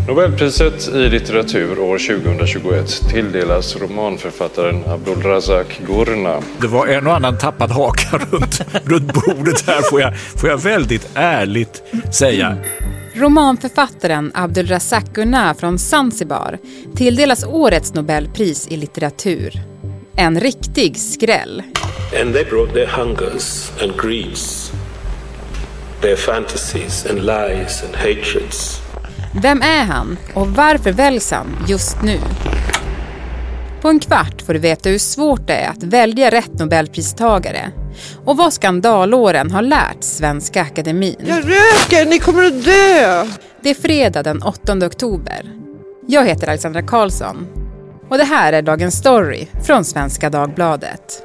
Nobelpriset i litteratur år 2021 tilldelas romanförfattaren Abdulrazak Gurnah. Det var en och annan tappad haka runt bordet här, får jag väldigt ärligt säga. Romanförfattaren Abdulrazak Gurnah från Zanzibar tilldelas årets Nobelpris i litteratur. En riktig skräll. And they brought their hungers and greeds, their fantasies and lies and hatreds. Vem är han och varför väljs han just nu? På en kvart får du veta hur svårt det är att välja rätt Nobelpristagare och vad skandalåren har lärt Svenska Akademin. Jag röker, ni kommer att dö! Det är fredag den 8 oktober. Jag heter Alexandra Karlsson och det här är dagens story från Svenska Dagbladet.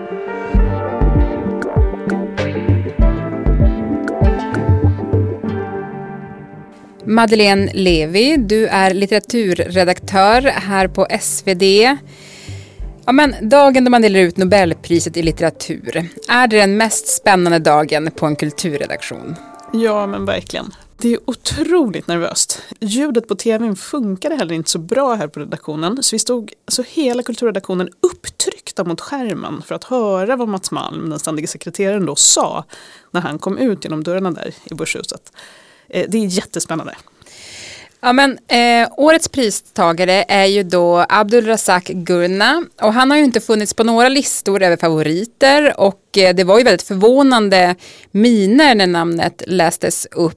Madeleine Levi, du är litteraturredaktör här på SvD. Ja, men dagen då man delar ut Nobelpriset i litteratur, är det den mest spännande dagen på en kulturredaktion? Ja, men verkligen. Det är otroligt nervöst. Ljudet på tvn funkade heller inte så bra här på redaktionen. Så vi stod hela kulturredaktionen upptryckta mot skärmen för att höra vad Mats Malm, den ständiga sekreteraren, då sa när han kom ut genom dörrarna där i Börshuset. Det är jättespännande. Ja, men årets pristagare är ju då Abdulrazak Gurnah och han har ju inte funnits på några listor över favoriter och det var ju väldigt förvånande miner när namnet lästes upp.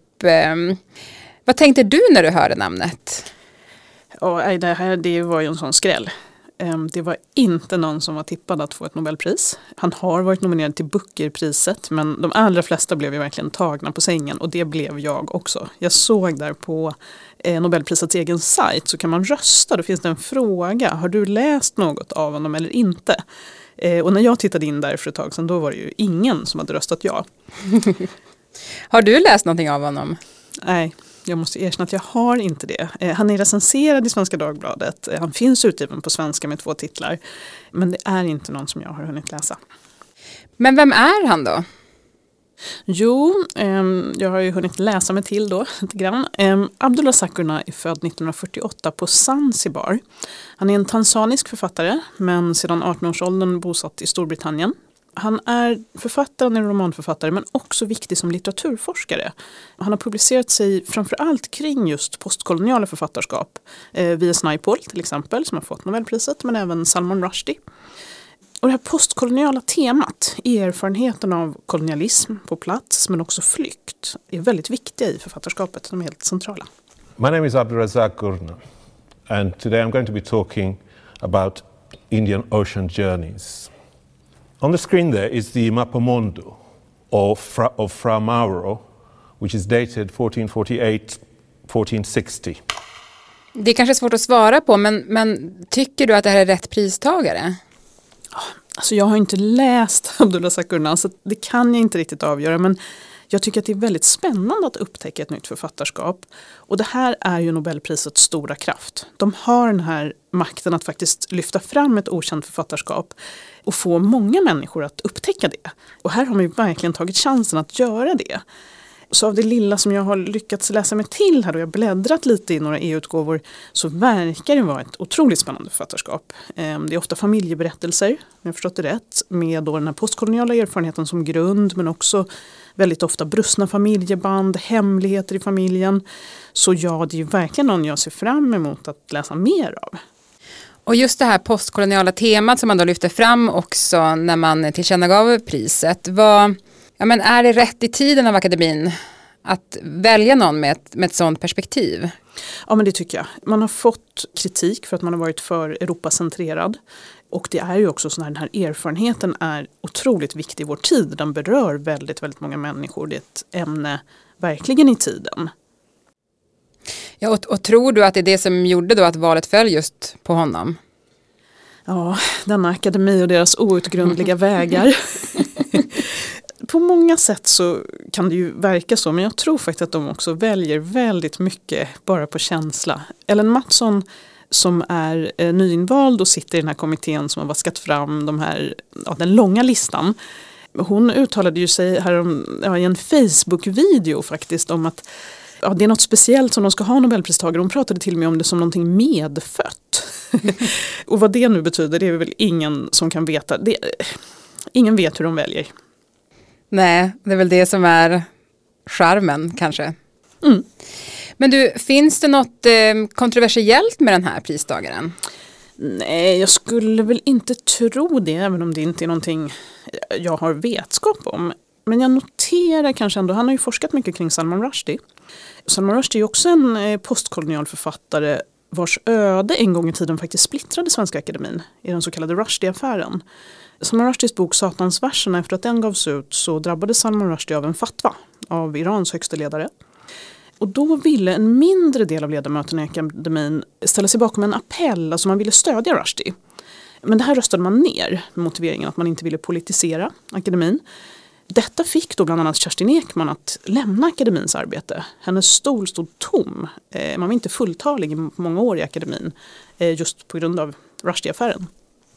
Vad tänkte du när du hörde namnet? Ja, det var ju en sån skräll. Det var inte någon som var tippad att få ett Nobelpris. Han har varit nominerad till Bookerpriset, men de allra flesta blev ju verkligen tagna på sängen och det blev jag också. Jag såg där på Nobelprisets egen sajt så kan man rösta. Då finns det en fråga. Har du läst något av honom eller inte? Och när jag tittade in där för ett tag sedan, då var det ju ingen som hade röstat ja. Har du läst någonting av honom? Nej. Jag måste erkänna att jag har inte det. Han är recenserad i Svenska Dagbladet. Han finns utgiven på svenska med 2 titlar. Men det är inte någon som jag har hunnit läsa. Men vem är han då? Jo, jag har ju hunnit läsa mig till då lite grann. Abdulrazak Gurnah är född 1948 på Zanzibar. Han är en tanzanisk författare men sedan 18-årsåldern bosatt i Storbritannien. Han är författare, han är romanförfattare men också viktig som litteraturforskare. Han har publicerat sig framförallt kring just postkoloniala författarskap. V.S. Naipaul till exempel som har fått Nobelpriset men även Salman Rushdie. Och det här postkoloniala temat, erfarenheten av kolonialism på plats men också flykt, är väldigt viktiga i författarskapet. De är helt centrala. My name is Abdulrazak Gurnah and today I'm going to be talking about Indian Ocean journeys. On the screen there is the Mappamondo of Fra Mauro, which is dated 1448-1460. Det är kanske svårt att svara på, men tycker du att det här är rätt pristagare? Alltså jag har inte läst Abdulrazak Gurnah så det kan jag inte riktigt avgöra, men jag tycker att det är väldigt spännande att upptäcka ett nytt författarskap. Och det här är ju Nobelprisets stora kraft. De har den här makten att faktiskt lyfta fram ett okänt författarskap och få många människor att upptäcka det. Och här har man ju verkligen tagit chansen att göra det. Så av det lilla som jag har lyckats läsa mig till här och jag har bläddrat lite i några EU-utgåvor så verkar det vara ett otroligt spännande författarskap. Det är ofta familjeberättelser, om jag har förstått det rätt, med då den här postkoloniala erfarenheten som grund men också väldigt ofta brustna familjeband, hemligheter i familjen. Så ja, det är ju verkligen någon jag ser fram emot att läsa mer av. Och just det här postkoloniala temat som man då lyfter fram också när man tillkännagav priset. Men är det rätt i tiden av akademin att välja någon med ett sådant perspektiv? Ja, men det tycker jag. Man har fått kritik för att man har varit för Europacentrerad. Och det är ju också så att den här erfarenheten är otroligt viktig i vår tid. Den berör väldigt, väldigt många människor. Det är ett ämne verkligen i tiden. Ja, och tror du att det är det som gjorde då att valet föll just på honom? Ja, denna akademi och deras outgrundliga vägar. På många sätt så kan det ju verka så, men jag tror faktiskt att de också väljer väldigt mycket bara på känsla. Ellen Mattsson som är nyinvald och sitter i den här kommittén som har vaskat fram den långa listan. Hon uttalade ju sig i en Facebook-video faktiskt om att Ja, det är något speciellt som de ska ha Nobelpristagare. De pratade till och med om det som någonting medfött. Och vad det nu betyder, det är väl ingen som kan veta. Ingen vet hur de väljer. Nej, det är väl det som är charmen kanske. Mm. Men du, finns det något kontroversiellt med den här pristagaren? Nej, jag skulle väl inte tro det, även om det inte är någonting jag har vetskap om. Men jag noterar kanske ändå, han har ju forskat mycket kring Salman Rushdie. Salman Rushdie är också en postkolonial författare vars öde en gång i tiden faktiskt splittrade Svenska Akademin i den så kallade Rushdie-affären. Salman Rushdies bok Satansverserna, efter att den gavs ut så drabbades Salman Rushdie av en fatwa av Irans högsta ledare. Och då ville en mindre del av ledamöterna i akademin ställa sig bakom en appell, alltså man ville stödja Rushdie. Men det här röstade man ner med motiveringen att man inte ville politisera akademin. Detta fick då bland annat Kerstin Ekman att lämna akademins arbete. Hennes stol stod tom. Man var inte fulltalig i många år i akademin just på grund av Rushdie-affären.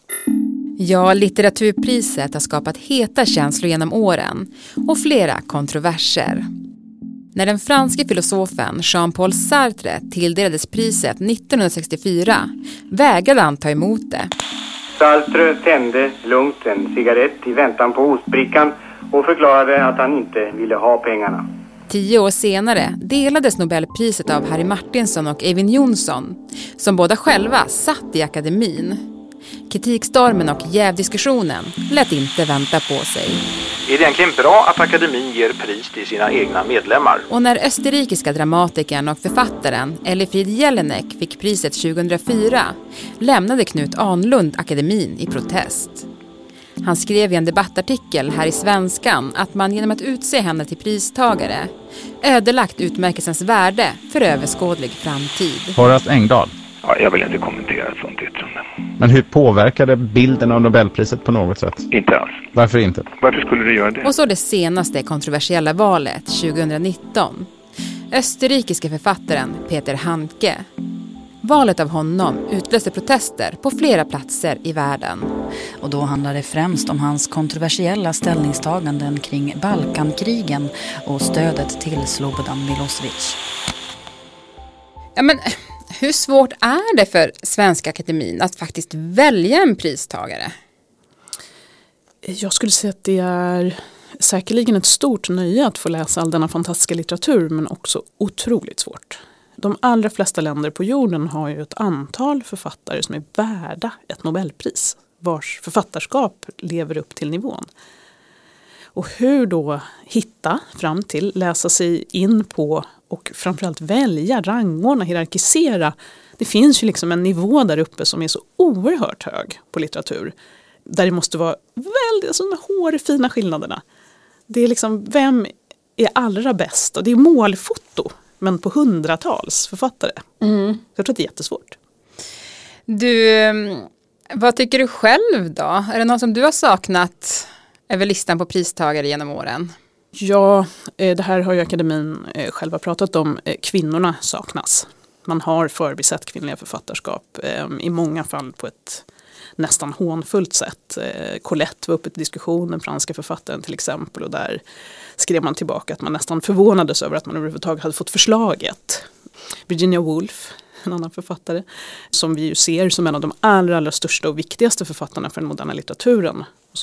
Ja, litteraturpriset har skapat heta känslor genom åren och flera kontroverser. När den franske filosofen Jean-Paul Sartre tilldelades priset 1964 vägrade han ta emot det. Sartre tände lugnt en cigarett i väntan på ostbrickan och förklarade att han inte ville ha pengarna. 10 år senare delades Nobelpriset av Harry Martinson och Eyvind Johnson, som båda själva satt i akademin. Kritikstormen och jävdiskussionen lät inte vänta på sig. Är det egentligen bra att akademin ger pris till sina egna medlemmar? Och när österrikiska dramatikern och författaren Elifried Jelinek fick priset 2004 lämnade Knut Ahnlund akademin i protest. Han skrev i en debattartikel här i Svenskan att man genom att utse henne till pristagare ödelagt utmärkelsens värde för överskådlig framtid. Horace Engdahl. Ja, jag vill inte kommentera ett sånt yttrande. Men hur påverkade bilden av Nobelpriset på något sätt? Inte alls. Varför inte? Varför skulle det göra det? Och så det senaste kontroversiella valet 2019. Österrikiska författaren Peter Handke. Valet av honom utlöste protester på flera platser i världen. Och då handlar det främst om hans kontroversiella ställningstaganden kring Balkankrigen och stödet till Slobodan Milosevic. Ja, men hur svårt är det för Svenska Akademin att faktiskt välja en pristagare? Jag skulle säga att det är säkerligen ett stort nöje att få läsa all denna fantastiska litteratur, men också otroligt svårt. De allra flesta länder på jorden har ju ett antal författare som är värda ett Nobelpris, vars författarskap lever upp till nivån. Och hur då hitta fram till, läsa sig in på och framförallt välja, rangordna, hierarkisera. Det finns ju liksom en nivå där uppe som är så oerhört hög på litteratur. Där det måste vara väldigt, alltså de hårfina skillnaderna. Det är liksom, vem är allra bäst? Och det är målfoto, men på hundratals författare. Jag tror att det är jättesvårt. Du, vad tycker du själv då? Är det något som du har saknat över listan på pristagare genom åren? Ja, det här har ju akademin själva pratat om. Kvinnorna saknas. Man har förbisett kvinnliga författarskap i många fall på ett nästan hånfullt sätt. Colette var uppe till diskussion, den franska författaren till exempel, och där skrev man tillbaka att man nästan förvånades över att man överhuvudtaget hade fått förslaget. Virginia Woolf, en annan författare, som vi ju ser som en av de allra största och viktigaste författarna för den moderna litteraturen.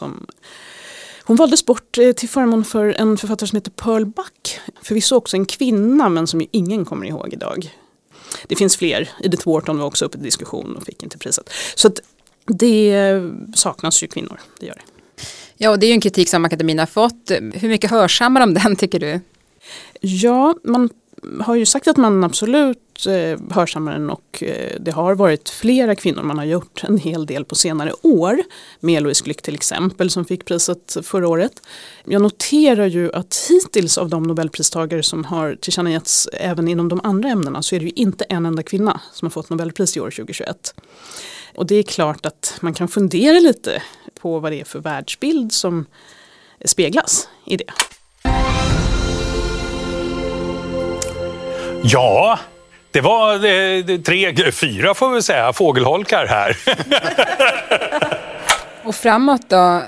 Hon valdes bort till förmån för en författare som heter Pearl Buck. Förvisso också en kvinna, men som ju ingen kommer ihåg idag. Det finns fler. Edith Wharton var också uppe i diskussion och fick inte priset. Så att det saknas ju kvinnor, det gör det. Ja, och det är ju en kritik som akademin har fått. Hur mycket hörsammar om den, tycker du? Ja, man har ju sagt att man absolut hörsammar den, och det har varit flera kvinnor man har gjort en hel del på senare år. Med Louise Glück till exempel, som fick priset förra året. Jag noterar ju att hittills av de Nobelpristagare som har tillkännagetts även inom de andra ämnena, så är det ju inte en enda kvinna som har fått Nobelpris i år 2021. Och det är klart att man kan fundera lite på vad det är för världsbild som speglas i det. Ja, det var 4 får vi säga, fågelholkar här. Och framåt då,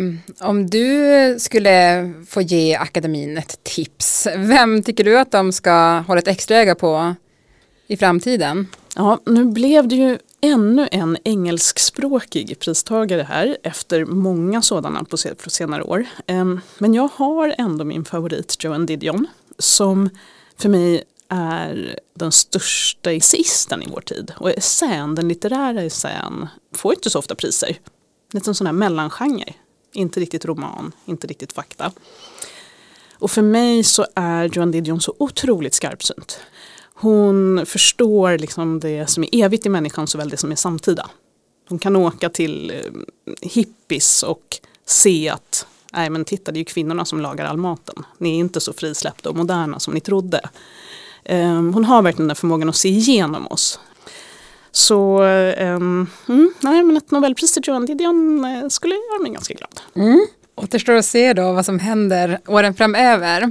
om du skulle få ge akademin ett tips, vem tycker du att de ska hålla ett extra öga på i framtiden? Ja, nu blev det ju ännu en engelskspråkig pristagare här efter många sådana på senare år. Men jag har ändå min favorit Joan Didion som för mig är den största essisten i vår tid. Och essän, den litterära essän, får inte så ofta priser. Lite en sån här mellangenre. Inte riktigt roman, inte riktigt fakta. Och för mig så är Joan Didion så otroligt skarpsynt. Hon förstår liksom det som är evigt i människan såväl det som är samtida. Hon kan åka till hippies och se att nej men titta, det är ju kvinnorna som lagar all maten. Ni är inte så frisläppta och moderna som ni trodde. Hon har verkligen den förmågan att se igenom oss. Så nej, men ett Nobelpris till Joan Didion skulle göra mig ganska glad. Återstår att se då vad som händer åren framöver.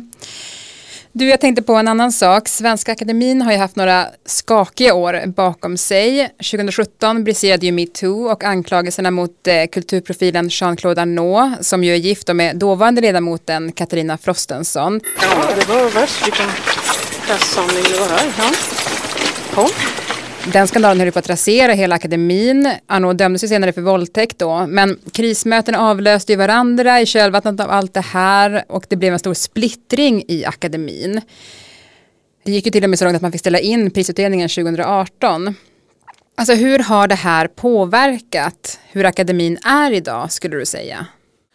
Du, jag tänkte på en annan sak. Svenska akademin har ju haft några skakiga år bakom sig. 2017 briserade ju MeToo och anklagelserna mot kulturprofilen Jean-Claude Arnault som ju är gift med dåvarande ledamoten Katarina Frostenson. Ja, det var värst vilken klassamling det var här. Ja. Den skandalen höll på att rasera hela akademin. Arnault dömdes ju senare för våldtäkt då. Men krismötena avlöste ju varandra i kölvattnet av allt det här. Och det blev en stor splittring i akademin. Det gick ju till och med så långt att man fick ställa in prisutdelningen 2018. Alltså hur har det här påverkat hur akademin är idag, skulle du säga?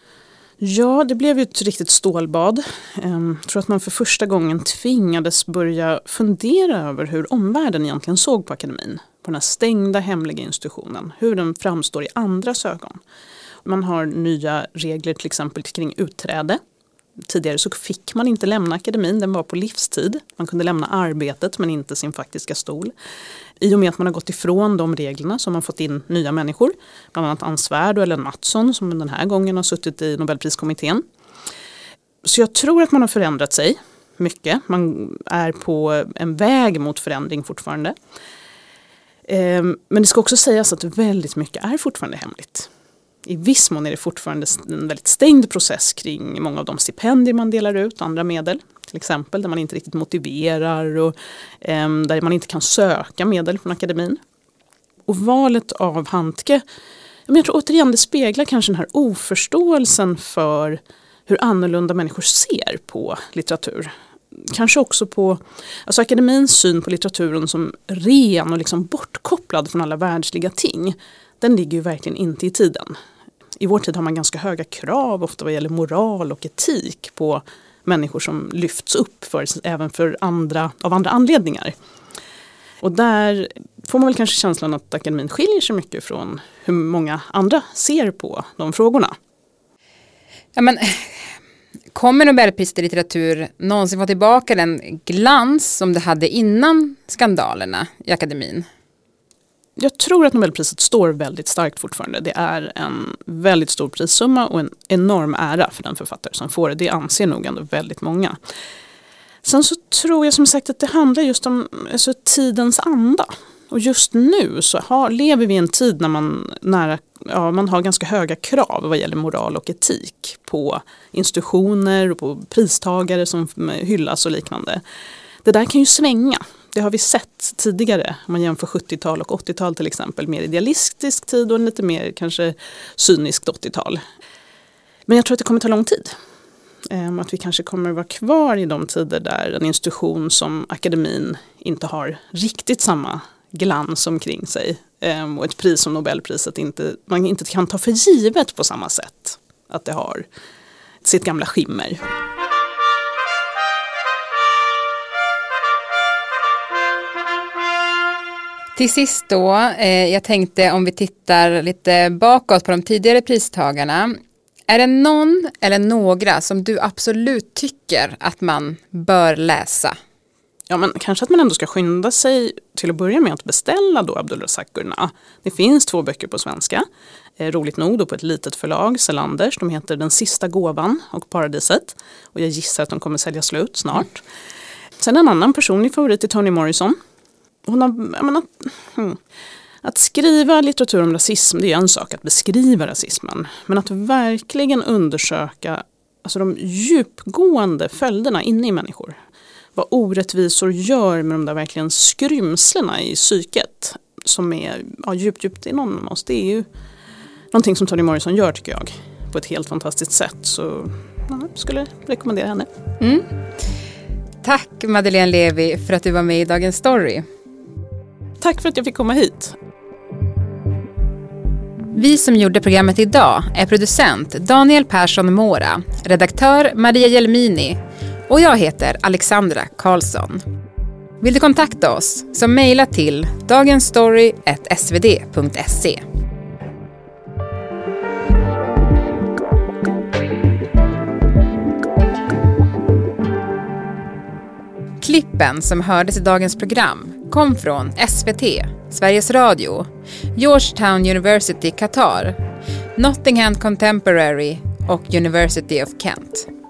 Ja, det blev ju ett riktigt stålbad. Jag tror att man för första gången tvingades börja fundera över hur omvärlden egentligen såg på akademin. På den här stängda hemliga institutionen. Hur den framstår i andras ögon. Man har nya regler till exempel kring utträde. Tidigare så fick man inte lämna akademin, den var på livstid. Man kunde lämna arbetet men inte sin faktiska stol. I och med att man har gått ifrån de reglerna så har man fått in nya människor. Bland annat Ann Svärd och Ellen Mattsson som den här gången har suttit i Nobelpriskommittén. Så jag tror att man har förändrat sig mycket. Man är på en väg mot förändring fortfarande. Men det ska också sägas att väldigt mycket är fortfarande hemligt. I viss mån är det fortfarande en väldigt stängd process kring många av de stipendier man delar ut, andra medel. Till exempel där man inte riktigt motiverar och där man inte kan söka medel från akademin. Och valet av Handke, jag tror återigen det speglar kanske den här oförståelsen för hur annorlunda människor ser på litteratur. Kanske också på alltså akademins syn på litteraturen som ren och liksom bortkopplad från alla världsliga ting. Den ligger ju verkligen inte i tiden. I vår tid har man ganska höga krav ofta vad gäller moral och etik på människor som lyfts upp även för av andra anledningar. Och där får man väl kanske känslan att akademin skiljer sig mycket från hur många andra ser på de frågorna. Ja, men kommer Nobelpriset i litteratur någonsin få tillbaka den glans som det hade innan skandalerna i akademin? Jag tror att Nobelpriset står väldigt starkt fortfarande. Det är en väldigt stor prissumma och en enorm ära för den författare som får det. Det anser nog ändå väldigt många. Sen så tror jag som sagt att det handlar just om alltså, tidens anda. Och just nu så lever vi i en tid när man har ganska höga krav vad gäller moral och etik på institutioner och på pristagare som hyllas och liknande. Det där kan ju svänga. Det har vi sett tidigare, om man jämför 70-tal och 80-tal till exempel. Mer idealistisk tid och en lite mer kanske cyniskt 80-tal. Men jag tror att det kommer ta lång tid. Att vi kanske kommer vara kvar i de tider där en institution som akademin inte har riktigt samma glans omkring sig. Och ett pris som Nobelpriset man inte kan ta för givet på samma sätt. Att det har sitt gamla skimmer. Till sist då, jag tänkte om vi tittar lite bakåt på de tidigare pristagarna. Är det någon eller några som du absolut tycker att man bör läsa? Ja, men kanske att man ändå ska skynda sig till att börja med att beställa då Abdulrazak Gurnah. Det finns 2 böcker på svenska. Roligt nog då på ett litet förlag, Selanders. De heter Den sista gåvan och Paradiset. Och jag gissar att de kommer sälja slut snart. Sen en annan personlig favorit är Toni Morrison. Att skriva litteratur om rasism, det är en sak, att beskriva rasismen. Men att verkligen undersöka alltså de djupgående följderna inne i människor. Vad orättvisor gör med de där verkligen skrymslena i psyket som är djupt inom oss. Det är ju någonting som Toni Morrison gör, tycker jag, på ett helt fantastiskt sätt. Så jag skulle rekommendera henne. Tack Madeleine Levi för att du var med i Dagens Story. Tack för att jag fick komma hit. Vi som gjorde programmet idag är producent Daniel Persson Mora, redaktör Maria Jelmini och jag heter Alexandra Karlsson. Vill du kontakta oss så mejla till dagensstory@svd.se. Klippen som hördes i dagens program kom från SVT, Sveriges Radio, Georgetown University, Qatar, Nottingham Contemporary och University of Kent.